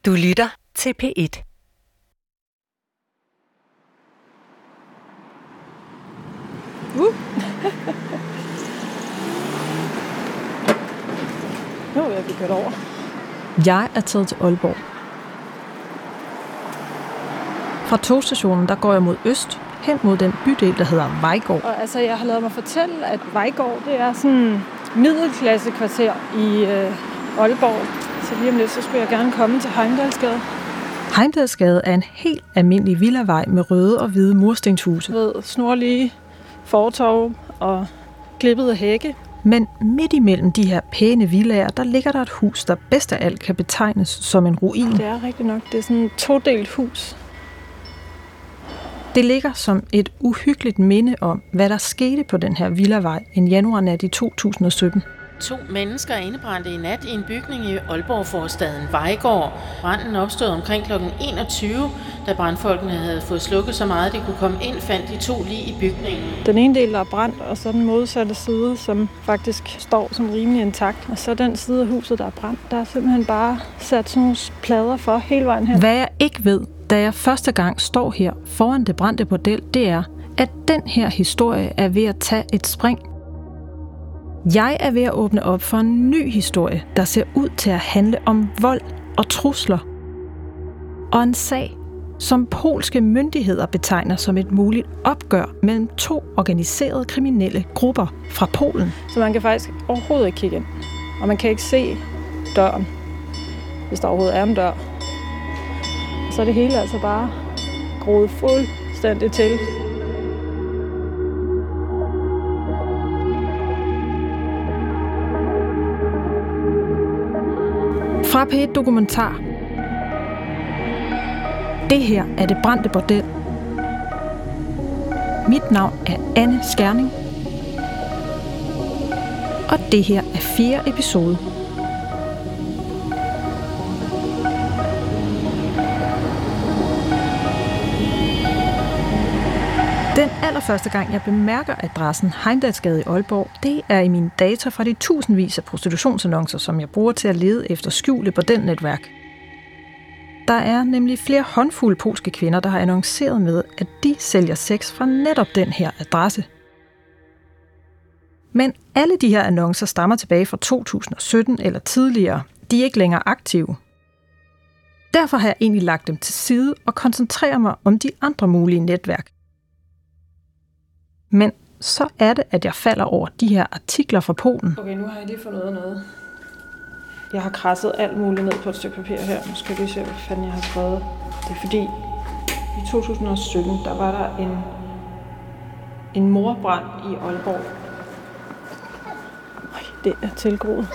Du lytter til P1. Nu er jeg kørt over. Jeg er taget til Aalborg. Fra togstationen, der går jeg mod øst, hen mod den bydel, der hedder Vejgaard. Og altså, jeg har lavet mig fortælle, at Vejgaard, det er sådan en middelklassekvarter i Aalborg. Så lige om lidt, så skulle jeg gerne komme til Heimdalsgade. Heimdalsgade er en helt almindelig villavej med røde og hvide murstenshuse. Ved snorlige fortov og klippede hække. Men midt imellem de her pæne villaer, der ligger der et hus, der bedst af alt kan betegnes som en ruin. Det er rigtigt nok. Det er sådan et todelt hus. Det ligger som et uhyggeligt minde om, hvad der skete på den her villavej en januarnat i 2017. 2 mennesker er indebrændte i nat i en bygning i Aalborg-forstaden Vejgaard. Branden opstod omkring kl. 21, da brandfolkene havde fået slukket så meget, de kunne komme ind, fandt de 2 lig i bygningen. Den ene del er brændt, og så den modsatte side, som faktisk står som rimelig intakt. Og så den side af huset, der er brændt, der er simpelthen bare sat sådan nogle plader for hele vejen hen. Hvad jeg ikke ved, da jeg første gang står her foran det brændte bordel, det er, at den her historie er ved at tage et spring. Jeg er ved at åbne op for en ny historie, der ser ud til at handle om vold og trusler. Og en sag, som polske myndigheder betegner som et muligt opgør mellem 2 organiserede kriminelle grupper fra Polen. Så man kan faktisk overhovedet ikke kigge ind. Og man kan ikke se døren, hvis der overhovedet er en dør. Så er det hele altså bare groet fuldstændig til. Fra P1 Dokumentar. Det her er det brændte bordel. Mit navn er Anne Skærning. Og det her er 4. episode. Den allerførste gang, jeg bemærker adressen Heimdalsgade i Aalborg, det er i mine data fra de tusindvis af prostitutionsannoncer, som jeg bruger til at lede efter skjulte bordelnetværk. Der er nemlig flere håndfulde polske kvinder, der har annonceret med, at de sælger sex fra netop den her adresse. Men alle de her annoncer stammer tilbage fra 2017 eller tidligere. De er ikke længere aktive. Derfor har jeg egentlig lagt dem til side og koncentrerer mig om de andre mulige netværk. Men så er det, at jeg falder over de her artikler fra Polen. Okay, nu har jeg lige fundet noget. Jeg har krasset alt muligt ned på et stykke papir her. Nu skal jeg lige se, hvad fanden jeg har skrevet. Det er fordi, i 2017, der var der en mordbrand i Aalborg. Det er tilgroet.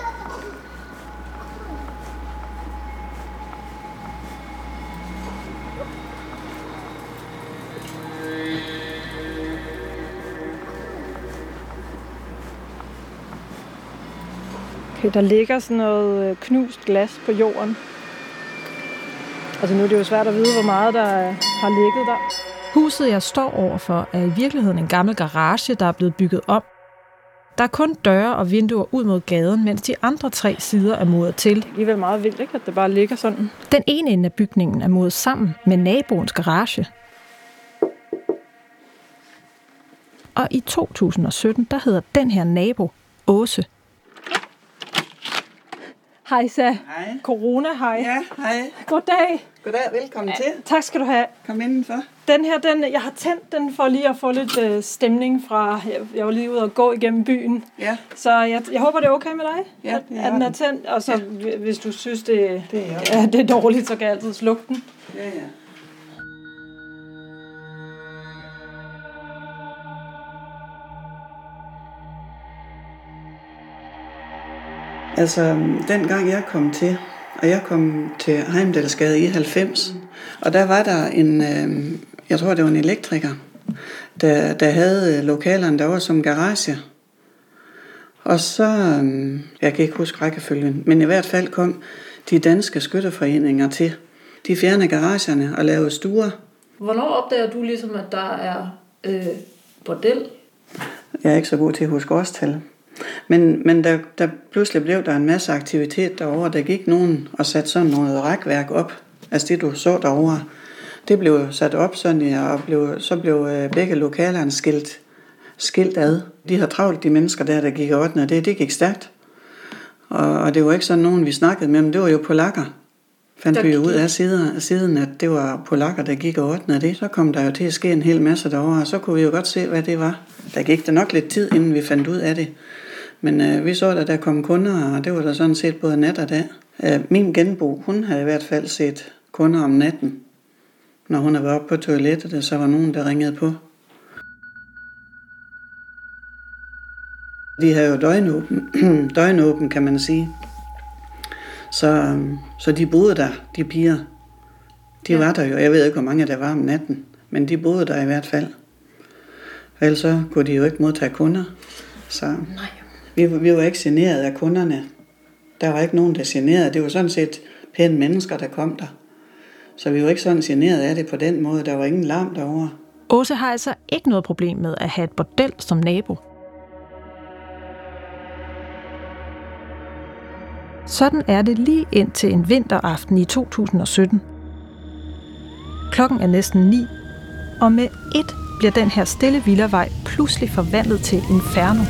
Okay, der ligger sådan noget knust glas på jorden. Altså nu er det jo svært at vide, hvor meget der har ligget der. Huset, jeg står overfor, er i virkeligheden en gammel garage, der er blevet bygget op. Der er kun døre og vinduer ud mod gaden, mens de andre 3 sider er muret til. Det er alligevel meget vildt, ikke? At det bare ligger sådan. Den ene ende af bygningen er muret sammen med naboens garage. Og i 2017, der hedder den her nabo Åse. Hej, Sa. Hej. Corona, hej. Ja, hej. Goddag. Goddag, velkommen til. Tak skal du have. Kom indenfor. Den her, jeg har tændt den for lige at få lidt stemning fra, jeg var lige ude og gå igennem byen. Ja. Så jeg håber, det er okay med dig, Ja, det er at den er den. tændt. Og så hvis du synes, det er det er dårligt, så kan jeg altid slukke den. Ja, ja. Altså, dengang jeg kom til, og jeg kom til Heimdalsgade i 90, og der var der en, jeg tror det var en elektriker, der havde lokalerne derovre som garage. Og så, jeg kan ikke huske rækkefølgen, men i hvert fald kom de danske skytteforeninger til. De fjernede garagerne og lavede stuer. Hvornår opdager du ligesom, at der er bordel? Jeg er ikke så god til at huske årstal. Men der pludselig blev der en masse aktivitet derovre. Der gik nogen og satte sådan noget rækværk op. Altså det, du så derovre, det blev sat op sådan, og så blev begge lokalerne skilt ad. De har travlt, de mennesker der gik og ordnede det. Det gik stærkt. Og det var ikke sådan nogen, vi snakkede med, men det var jo polakker. Fandt vi jo ud af siden, at det var polakker, der gik og ordnede det. Så kom der jo til at ske en hel masse derovre, og så kunne vi jo godt se, hvad det var. Der gik der nok lidt tid, inden vi fandt ud af det. Men vi så, at der kom kunder, og det var der sådan set både nat og dag. Min genbo, hun havde i hvert fald set kunder om natten. Når hun havde været oppe på toilettet, så var nogen, der ringede på. De havde jo døgnåben, kan man sige. Så de boede der, de piger. De var der jo. Jeg ved ikke, hvor mange der var om natten, men de boede der i hvert fald. Ellers så kunne de jo ikke modtage kunder. Så vi var ikke generet af kunderne. Der var ikke nogen, der generede. Det var sådan set pæne mennesker, der kom der. Så vi var ikke sådan generet af det på den måde. Der var ingen larm derovre. Åse har altså ikke noget problem med at have et bordel som nabo. Sådan er det lige indtil en vinteraften i 2017. Klokken er næsten 9, og med ét bliver den her stille villavej pludselig forvandlet til inferno.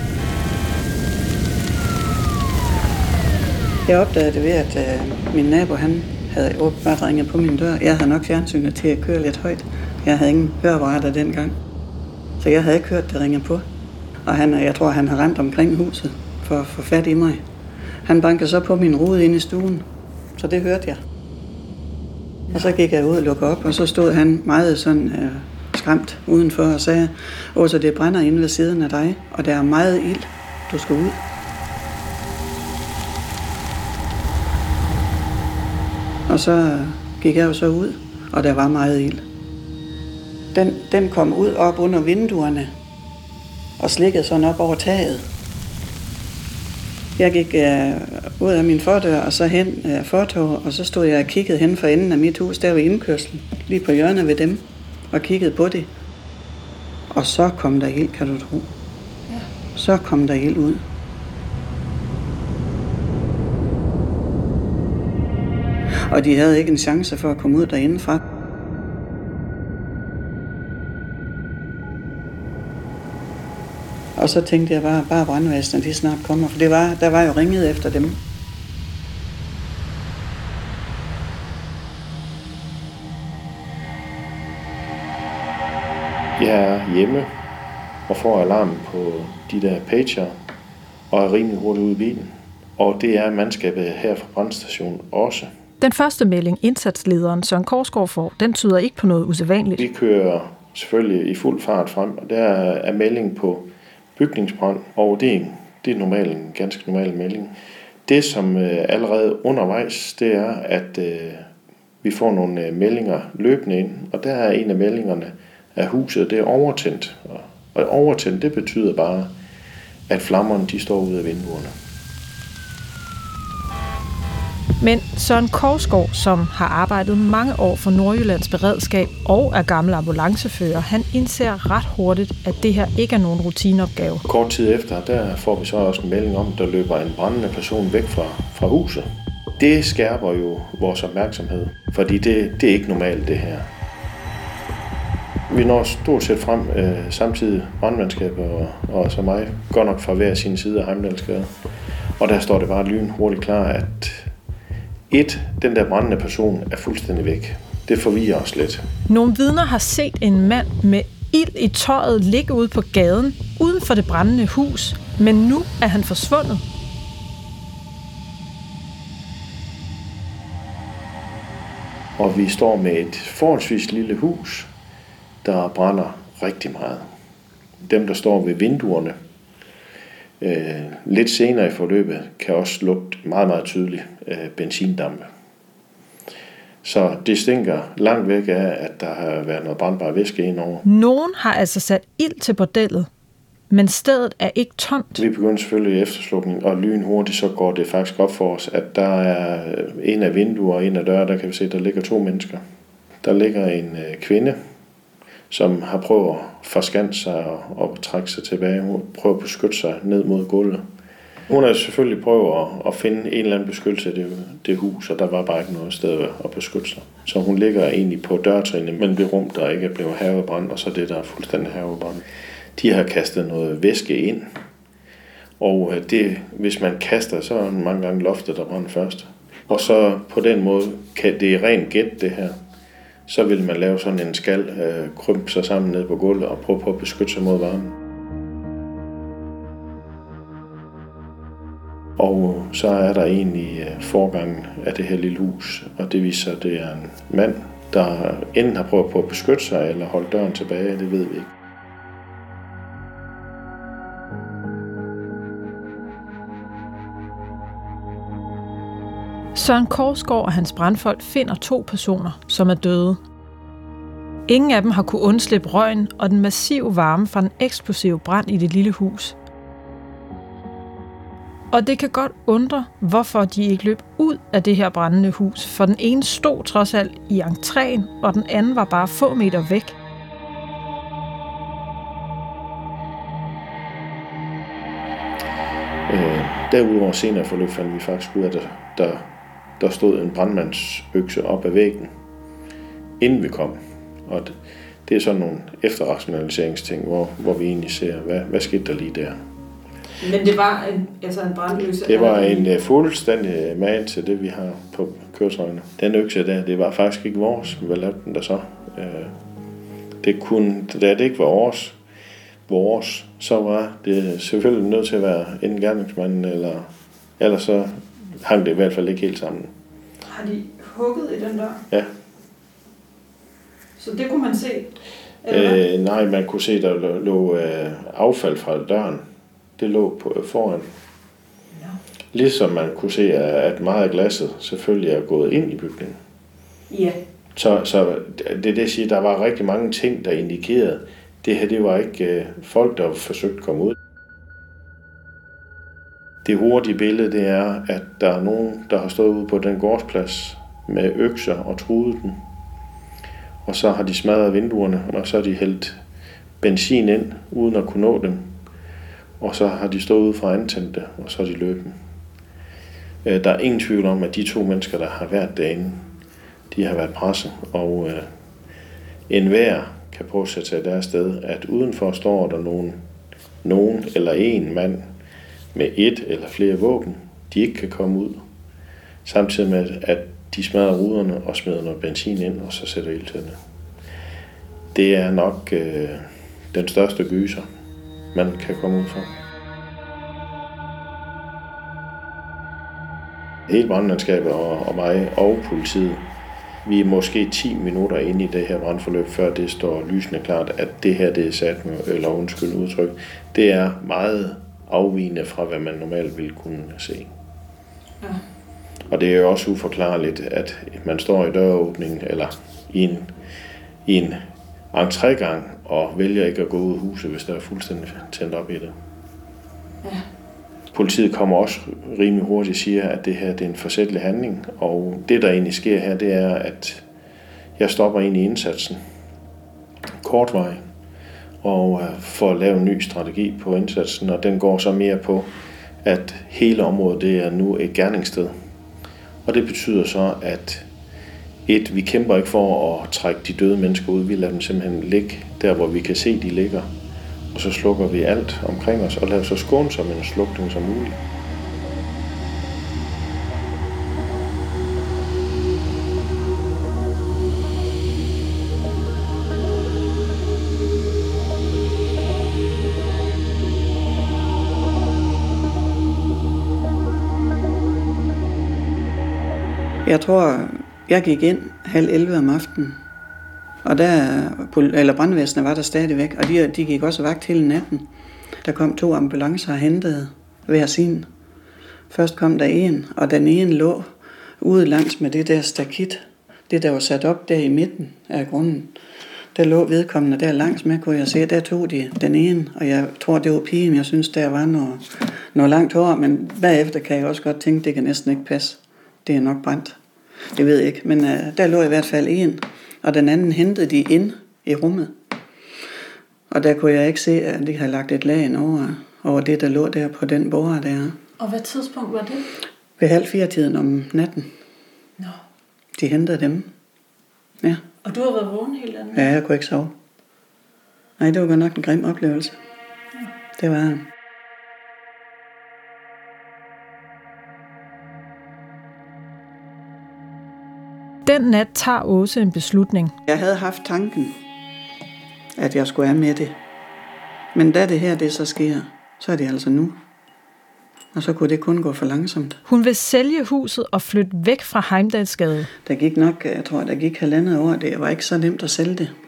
Jeg opdagede det ved, at min nabo han havde åbenbart ringet på min dør. Jeg havde nok fjernsynet til at køre lidt højt. Jeg havde ingen høreapparater dengang, så jeg havde ikke hørt det ringe på. Og jeg tror, han har rendt omkring huset for at få fat i mig. Han bankede så på min rude inde i stuen, så det hørte jeg. Og så gik jeg ud og lukkede op, og så stod han meget sådan skræmt udenfor og sagde, Åsa, det brænder inde ved siden af dig, og der er meget ild. Du skal ud. Og så gik jeg jo så ud, og der var meget ild. Den kom ud op under vinduerne og slikkede sådan op over taget. Jeg gik ud af min fordør og så hen fortog, og så stod jeg og kiggede hen for enden af mit hus, der ved indkørslen, lige på hjørnet ved dem, og kiggede på det. Og så kom der ild, kan du tro. Ja. Så kom der ild ud. Og de havde ikke en chance for at komme ud derindefra. Og så tænkte jeg bare brandvæsenet, de snart kommer, for der var jo ringet efter dem. Jeg er hjemme og får alarm på de der pager og er rimelig hurtigt ude i bilen. Og det er mandskabet her fra brandstationen også. Den første melding, indsatslederen Søren Korsgaard får, den tyder ikke på noget usædvanligt. Vi kører selvfølgelig i fuld fart frem, og der er melding på bygningsbrand, og det er en ganske normal melding. Det, som allerede undervejs, det er, at vi får nogle meldinger løbende ind, og der er en af meldingerne af huset, det er overtændt. Og overtændt, det betyder bare, at flammerne de står ude af vinduerne. Men Søren Korsgaard, som har arbejdet mange år for Nordjyllands Beredskab og er gammel ambulancefører, han indser ret hurtigt, at det her ikke er nogen rutineopgave. Kort tid efter, der får vi så også en melding om, der løber en brændende person væk fra huset. Det skærper jo vores opmærksomhed, fordi det er ikke normalt det her. Vi når stort set frem samtidig brandmandskabet og så mig, godt nok fra hver sin side af Heimdalsgade. Og der står det bare lynhurtigt klar, at den der brændende person er fuldstændig væk. Det forvirrer os lidt. Nogle vidner har set en mand med ild i tøjet ligge ude på gaden, uden for det brændende hus, men nu er han forsvundet. Og vi står med et forholdsvis lille hus, der brænder rigtig meget. Dem, der står ved vinduerne, lidt senere i forløbet, kan også lugte meget, meget tydeligt benzindampe. Så det stinker langt væk af, at der har været noget brandbar væske indover. Nogen har altså sat ild til bordellet, men stedet er ikke tomt. Vi begynder selvfølgelig efterslukning, og lynhurtigt så går det faktisk op for os, at der er en af vinduer og en af døre, der kan vi se, der ligger 2 mennesker. Der ligger en kvinde, som har prøvet at forskanse sig og trække sig tilbage. Hun prøver at beskytte sig ned mod gulvet. Hun havde selvfølgelig prøvet at finde en eller anden beskyttelse af det hus, og der var bare ikke noget sted at beskytte sig. Så hun ligger egentlig på dørtrinene mellem det rum, der ikke er blevet havebrændt, og så det, der er fuldstændig havebrændt. De har kastet noget væske ind, og hvis man kaster, så er det mange gange loftet, der brænder først. Og så på den måde, kan det rent gæt det her, så vil man lave sådan en skal, krympe sig sammen ned på gulvet og prøve på at beskytte sig mod varmen. Og så er der egentlig forgangen af det her lille hus, og det viser, at det er en mand, der enten har prøvet på at beskytte sig eller holde døren tilbage, det ved vi ikke. Søren Korsgaard og hans brandfolk finder 2 personer, som er døde. Ingen af dem har kunnet undslippe røgen og den massive varme fra den eksplosive brand i det lille hus. Og det kan godt undre, hvorfor de ikke løb ud af det her brændende hus, for den ene stod trods alt i entréen, og den anden var bare få meter væk. Derudover senere forløb fandt vi faktisk ud af, at der stod en brandmandsøkse op ad væggen, inden vi kom. Og det er sådan nogle efterrationaliseringsting, hvor vi egentlig ser, hvad skete der lige der. Men det var en brandøkse? Det var en fuldstændig mand til det, vi har på køretøjerne. Den økse der, det var faktisk ikke vores. Hvad lavede den der så? Da det ikke var vores, så var det selvfølgelig nødt til at være en gerningsmand, eller så hang det i hvert fald ikke helt sammen. Har de hugget i den der? Ja. Så det kunne man se? Nej, man kunne se, der lå affald fra døren. Det lå foran. Ja. Ligesom man kunne se, at meget af glasset selvfølgelig er gået ind i bygningen. Ja. Så det siger, der var rigtig mange ting, der indikerede, det her, det var ikke folk, der forsøgte at komme ud. Det hurtige billede, det er, at der er nogen, der har stået ude på den gårdsplads med økser og truet den. Og så har de smadret vinduerne, og så har de hældt benzin ind, uden at kunne nå dem. Og så har de stået ude fra antændte, og så har de løbet. Der er ingen tvivl om, at de 2 mennesker, der har været derinde, de har været presset. Og enhver kan prøve at sætte sig i deres sted, at udenfor står der nogen eller en mand med 1 eller flere våben, de ikke kan komme ud. Samtidig med, at de smadrer ruderne og smider noget benzin ind, og så sætter ild til det. Det er nok den største gyser, man kan komme ud for. Hele brandmandskabet og mig og politiet, vi er måske 10 minutter inde i det her brandforløb, før det står lysende klart, at det her, det er sat med, eller undskyld udtryk, det er meget afvigende fra, hvad man normalt ville kunne se. Ja. Og det er jo også uforklarligt, at man står i døråbningen eller i en entrégang og vælger ikke at gå ud af huset, hvis der er fuldstændig tændt op i det. Ja. Politiet kommer også rimelig hurtigt og siger, at det her det er en forsætlig handling, og det, der egentlig sker her, det er, at jeg stopper ind i indsatsen kortvej og får lavet en ny strategi på indsatsen, og den går så mere på, at hele området det er nu et gerningssted. Og det betyder så, at vi kæmper ikke for at trække de døde mennesker ud. Vi lader dem simpelthen ligge der, hvor vi kan se, de ligger. Og så slukker vi alt omkring os og laver så skånsom en slukning som muligt. Jeg tror, jeg gik ind 10:30 om aftenen, og brandvæsenet var der stadigvæk, og de gik også vagt hele natten. Der kom 2 ambulancer og hentede hver sin. Først kom der en, og den ene lå ude langs med det der stakit, det der var sat op der i midten af grunden. Der lå vedkommende der langs med, kunne jeg se, der tog de den ene, og jeg tror, det var pigen. Jeg synes, der var noget langt hår, men bagefter kan jeg også godt tænke, det kan næsten ikke passe. Det er nok brændt. Det ved jeg ikke, men der lå i hvert fald en, og den anden hentede de ind i rummet. Og der kunne jeg ikke se, at de havde lagt et lag over det, der lå der på den bord der. Og hvad tidspunkt var det? Ved 3:30 om natten. Nå. De hentede dem. Ja. Og du har været vågen hele den? Ja, jeg kunne ikke sove. Nej, det var godt nok en grim oplevelse. Ja. Det var. Den nat tager Åse en beslutning. Jeg havde haft tanken, at jeg skulle af med det. Men da det så sker, så er det altså nu. Og så kunne det kun gå for langsomt. Hun vil sælge huset og flytte væk fra Heimdalsgade. Der gik nok, jeg tror, der gik 1,5 år. Det var ikke så nemt at sælge det.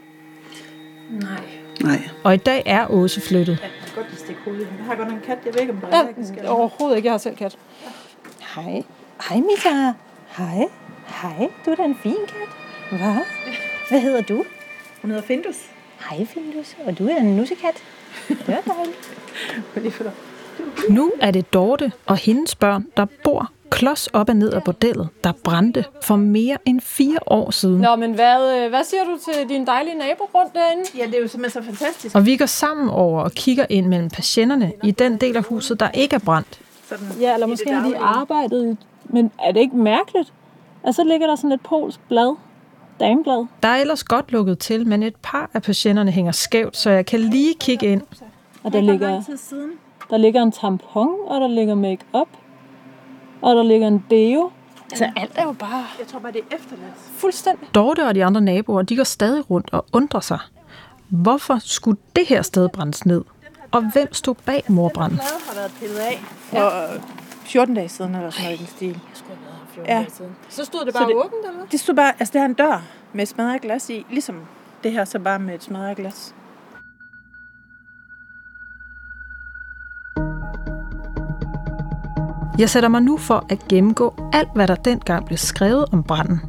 Nej. Og i dag er Åse flyttet. Jeg kan godt lide stikke hovedet. Jeg har godt en kat. Jeg ved ikke, om der er allergisk. Overhovedet ikke. Jeg har selv kat. Hej. Hej, Mita. Hej. Hej. Du er da en fin kat. Hvad hedder du? Hun hedder Findus. Hej, Findus. Og du er en nussekat. Det er dejligt. Nu er det Dorte og hendes børn, der bor klods op og ned af bordellet, der brændte for mere end 4 år siden. Nå, men hvad siger du til din dejlige nabo rundt derinde? Ja, det er jo simpelthen så fantastisk. Og vi går sammen over og kigger ind mellem patienterne i den del af huset, der ikke er brændt. Sådan, Ja, eller måske har de arbejdet, men er det ikke mærkeligt? Altså, så ligger der sådan et polsk blad, dameblad. Der er ellers godt lukket til, men et par af patienterne hænger skævt, så jeg kan lige kigge ind. Og der ligger en tampon, og der ligger make-up, og der ligger en deo. Altså, alt er jo bare Jeg tror bare, det er efterladt. fuldstændig. Dorte og de andre naboer, de går stadig rundt og undrer sig. Hvorfor skulle det her sted brændes ned? Og hvem stod bag mordbranden? Bladet har været pillet af for 14 dage siden, eller sådan noget i den stil. Jeg skulle have været her 14 dage siden. Så stod det Så bare det- åbent, eller hvad? Det stod bare, altså det har en dør med smadret glas i, ligesom det her, så bare med et smadret glas. Jeg sætter mig nu for at gennemgå alt, hvad der dengang blev skrevet om branden.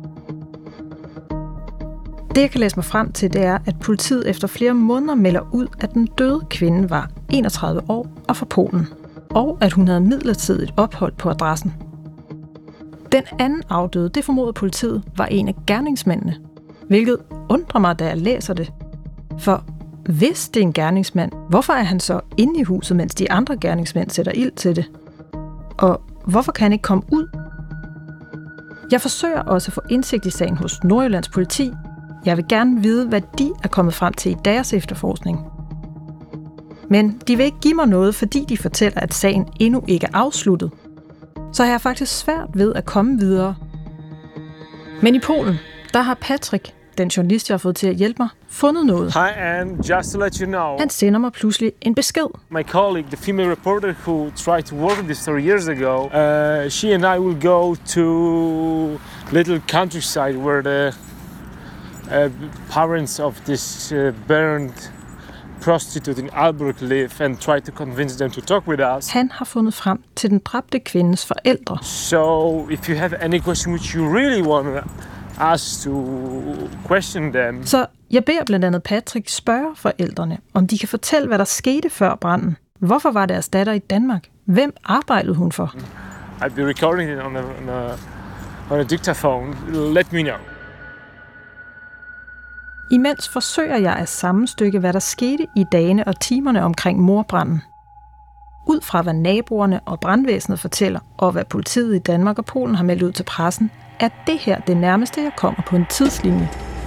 Det, jeg kan læse mig frem til, det er, at politiet efter flere måneder melder ud, at den døde kvinde var 31 år og fra Polen, og at hun havde midlertidigt ophold på adressen. Den anden afdøde, det formoder politiet, var en af gerningsmændene, hvilket undrer mig, da jeg læser det. For hvis det er en gerningsmand, hvorfor er han så inde i huset, mens de andre gerningsmænd sætter ild til det? Og hvorfor kan han ikke komme ud? Jeg forsøger også at få indsigt i sagen hos Nordjyllands politi. Jeg vil gerne vide, hvad de er kommet frem til i deres efterforskning. Men de vil ikke give mig noget, fordi de fortæller, at sagen endnu ikke er afsluttet. Så har jeg faktisk svært ved at komme videre. Men i Polen, der har Patrick, den journalist, jeg har fået til at hjælpe mig, fundet noget. Hi, and just to let you know, Han sender mig pludselig en besked. my colleague, the female reporter who tried to work on this story years ago, she and I will go to little countryside where the parents of this burned prostitute in Aalborg live and try to convince them to talk with us. Han har fundet frem til den dræbte kvindes forældre. So if you have any question which you really want us to question them, Så jeg beder blandt andet Patrick spørge forældrene, om de kan fortælle, hvad der skete før branden. Hvorfor var deres datter i Danmark? Hvem arbejdede hun for? I'll be recording it on a dictaphone. Let me know. Imens forsøger jeg at sammenstykke, hvad der skete i dagene og timerne omkring mordbranden. Ud fra hvad naboerne og brandvæsenet fortæller, og hvad politiet i Danmark og Polen har meldt ud til pressen, er det her det nærmeste, jeg kommer på en tidslinje.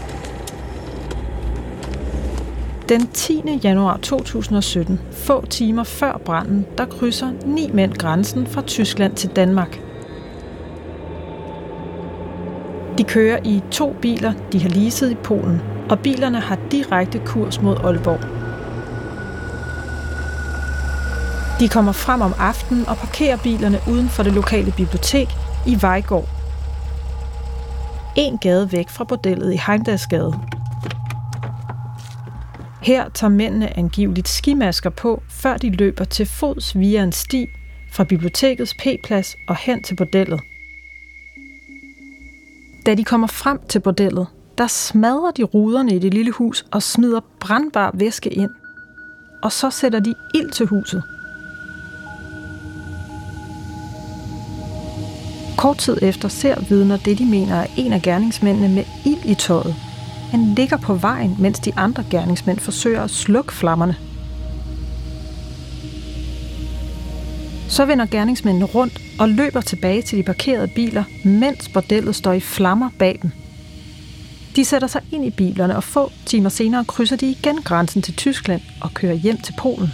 Den 10. januar 2017, få timer før branden, der krydser 9 mænd grænsen fra Tyskland til Danmark. De kører i 2 biler, de har leaset i Polen, og bilerne har direkte kurs mod Aalborg. De kommer frem om aftenen og parkerer bilerne uden for det lokale bibliotek i Vejgaard. En gade væk fra bordellet i Heimdalsgade. Her tager mændene angiveligt skimasker på, før de løber til fods via en sti fra bibliotekets P-plads og hen til bordellet. Da de kommer frem til bordellet, der smadrer de ruderne i det lille hus og smider brandbar væske ind. Og så sætter de ild til huset. Kort tid efter ser vidner det, de mener er en af gerningsmændene med ild i tøjet. Han ligger på vejen, mens de andre gerningsmænd forsøger at slukke flammerne. Så vender gerningsmændene rundt og løber tilbage til de parkerede biler, mens bordellet står i flammer bag dem. De sætter sig ind i bilerne, og få timer senere krydser de igen grænsen til Tyskland og kører hjem til Polen.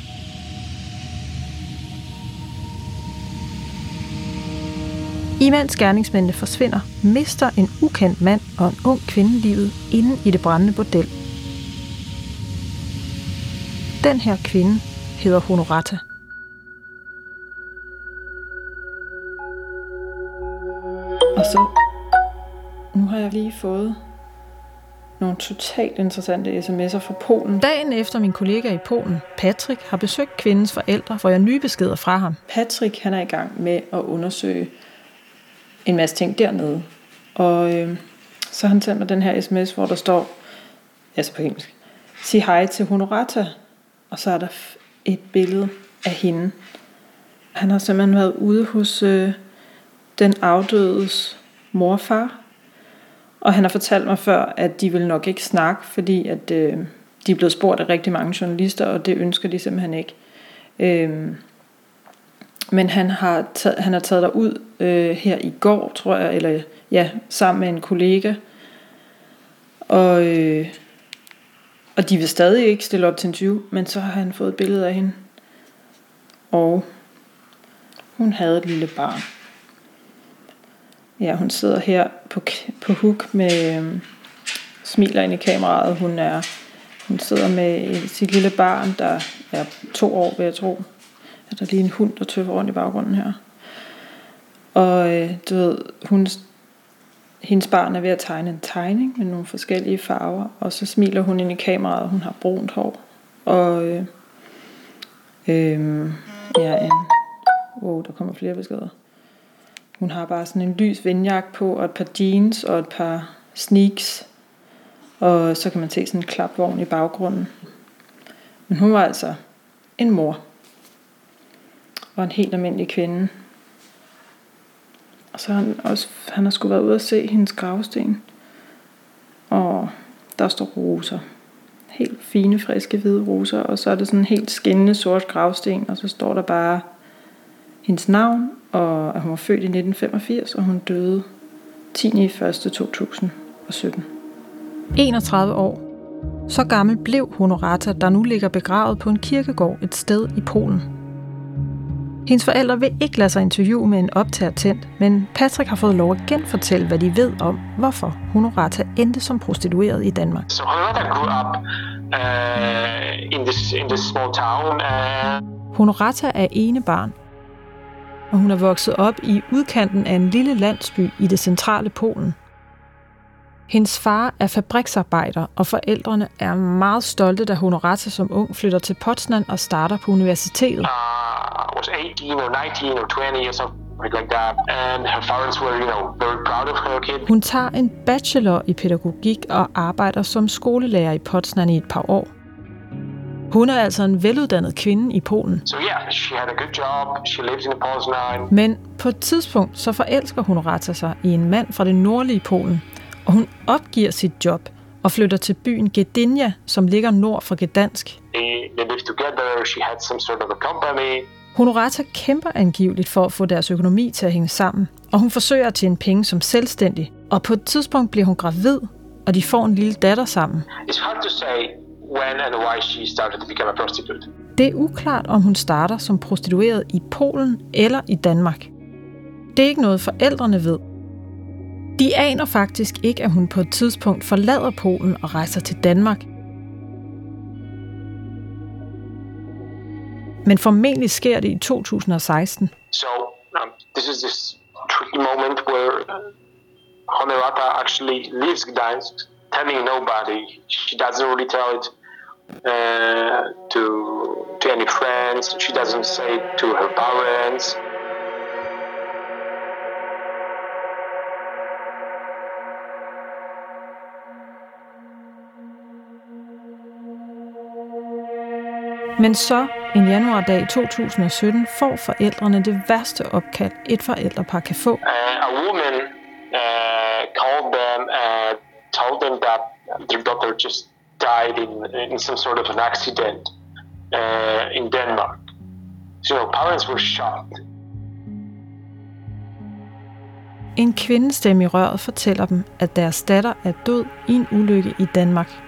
Imens gerningsmændene forsvinder, mister en ukendt mand og en ung kvinde livet inde i det brændende bordel. Den her kvinde hedder Honorata. Og så, nu har jeg lige fået nogle totalt interessante sms'er fra Polen. Dagen efter min kollega i Polen, Patrick, har besøgt kvindens forældre, får jeg nye beskeder fra ham. Patrick, han er i gang med at undersøge en masse ting dernede. Og så har han sendt mig den her sms, hvor der står, altså på engelsk, sig hej til Honorata. Og så er der et billede af hende. Han har simpelthen været ude hos den afdødes morfar. Og han har fortalt mig før, at de vil nok ikke snakke, fordi at, de er blevet spurgt af rigtig mange journalister, og det ønsker de simpelthen ikke. Men han har taget derud her i går, tror jeg, eller ja, sammen med en kollega. Og de vil stadig ikke stille op til en interview, men så har han fået et billede af hende. Og hun havde et lille barn. Ja, hun sidder her på hook med smiler ind i kameraet. Hun sidder med sit lille barn, der er 2 år, vil jeg tro. Er der lige en hund, der tøffer rundt i baggrunden her. Og du ved, hendes barn er ved at tegne en tegning med nogle forskellige farver, og så smiler hun ind i kameraet, og hun har brunt hår. Og der kommer flere beskeder. Hun har bare sådan en lys vindjakke på, og et par jeans og et par sneaks. Og så kan man se sådan en klapvogn i baggrunden. Men hun var altså en mor. Og en helt almindelig kvinde. Og så har han har sgu været ude at se hendes gravsten. Og der står roser. Helt fine, friske, hvide roser. Og så er det sådan en helt skinnende sort gravsten. Og så står der bare hendes navn. Og at hun var født i 1985, og hun døde 10.1.2017. 31 år. Så gammel blev Honorata, der nu ligger begravet på en kirkegård et sted i Polen. Hendes forældre vil ikke lade sig interviewe med en optager tændt, men Patrick har fået lov at genfortælle, hvad de ved om, hvorfor Honorata endte som prostitueret i Danmark. So Honorata grew up in this small town. Honorata er enebarn, og hun er vokset op i udkanten af en lille landsby i det centrale Polen. Hendes far er fabriksarbejder, og forældrene er meget stolte, da Honorata som ung flytter til Poznań og starter på universitetet. Was 18 or 19 or 20 or something like that, and her parents were, very proud of her kid. Hun tager en bachelor i pædagogik og arbejder som skolelærer i Poznań i et par år. Hun er altså en veluddannet kvinde i Polen. So yeah, she had a good job. She lives in Poznań. Men på et tidspunkt så forelsker Honorata sig i en mand fra det nordlige Polen, og hun opgiver sit job og flytter til byen Gdynia, som ligger nord for Gdansk. They lived together. She had some sort of a company. Honorata kæmper angiveligt for at få deres økonomi til at hænge sammen, og hun forsøger at tjene penge som selvstændig. Og på et tidspunkt bliver hun gravid, og de får en lille datter sammen. It's hard to say when and why she started to become a prostitute. Det er uklart, om hun starter som prostitueret i Polen eller i Danmark. Det er ikke noget, forældrene ved. De aner faktisk ikke, at hun på et tidspunkt forlader Polen og rejser til Danmark. Men formentlig sker det i 2016. So this is this tricky moment where Honorata actually leaves Gdańsk, telling nobody. She doesn't really tell it to any friends. She doesn't say it to her parents. Men så, en januardag i 2017, får forældrene det værste opkald, et forældrepar kan få. A woman called them and told them that their daughter just died in some sort of an accident in Denmark. So parents were shocked. En kvindestemme i røret fortæller dem, at deres datter er død i en ulykke i Danmark.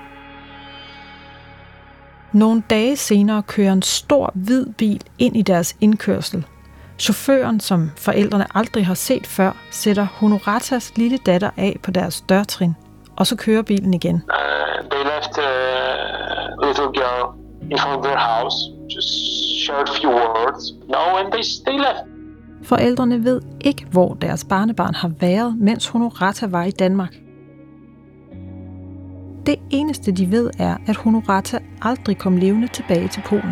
Nogle dage senere kører en stor, hvid bil ind i deres indkørsel. Chaufføren, som forældrene aldrig har set før, sætter Honoratas lille datter af på deres dørtrin, og så kører bilen igen. They left a little girl in front of their house, just shared a few words. No, and they left. Forældrene ved ikke, hvor deres barnebarn har været, mens Honorata var i Danmark. Det eneste, de ved, er, at Honorata aldrig kom levende tilbage til Polen.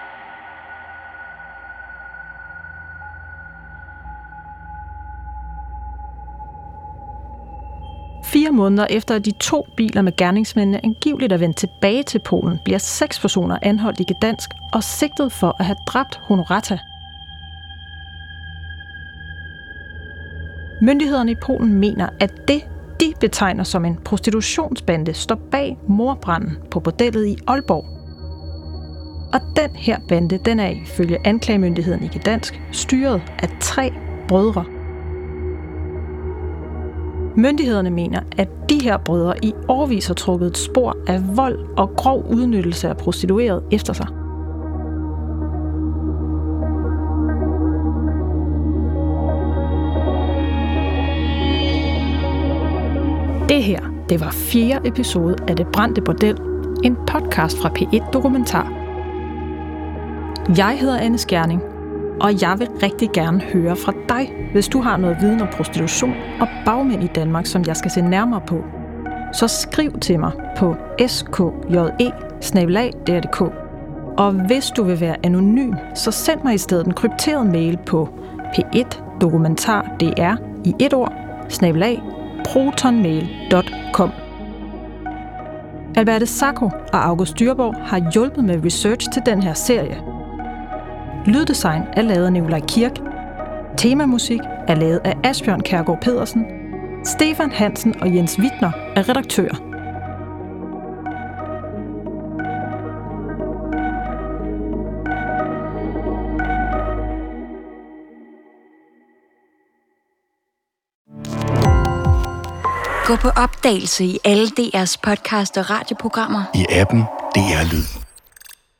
Fire måneder efter, at de 2 biler med gerningsmændene angiveligt er vendt tilbage til Polen, bliver 6 personer anholdt i Gdansk og sigtet for at have dræbt Honorata. Myndighederne i Polen mener, at det, de betegner som en prostitutionsbande, står bag mordbranden på bordellet i Aalborg. Og den her bande, den er ifølge anklagemyndigheden i Gdansk styret af 3 brødre. Myndighederne mener, at de her brødre i årevis har trukket et spor af vold og grov udnyttelse af prostituerede efter sig. Det her, det var 4. episode af Det Brændte Bordel, en podcast fra P1 Dokumentar. Jeg hedder Anne Skjerning, og jeg vil rigtig gerne høre fra dig, hvis du har noget viden om prostitution og bagmænd i Danmark, som jeg skal se nærmere på. Så skriv til mig på skje@dr.dk. Og hvis du vil være anonym, så send mig i stedet en krypteret mail på p1dokumentardr i et ord, @protonmail.com. Alberte Sacco og August Dyrborg har hjulpet med research til den her serie. Lyddesign er lavet af Nikolaj Kirk. Temamusik er lavet af Asbjørn Kjærgaard Pedersen. Stefan Hansen og Jens Wittner er redaktører. Gå på opdagelse i alle DR's podcast og radioprogrammer. I appen DR Lyd.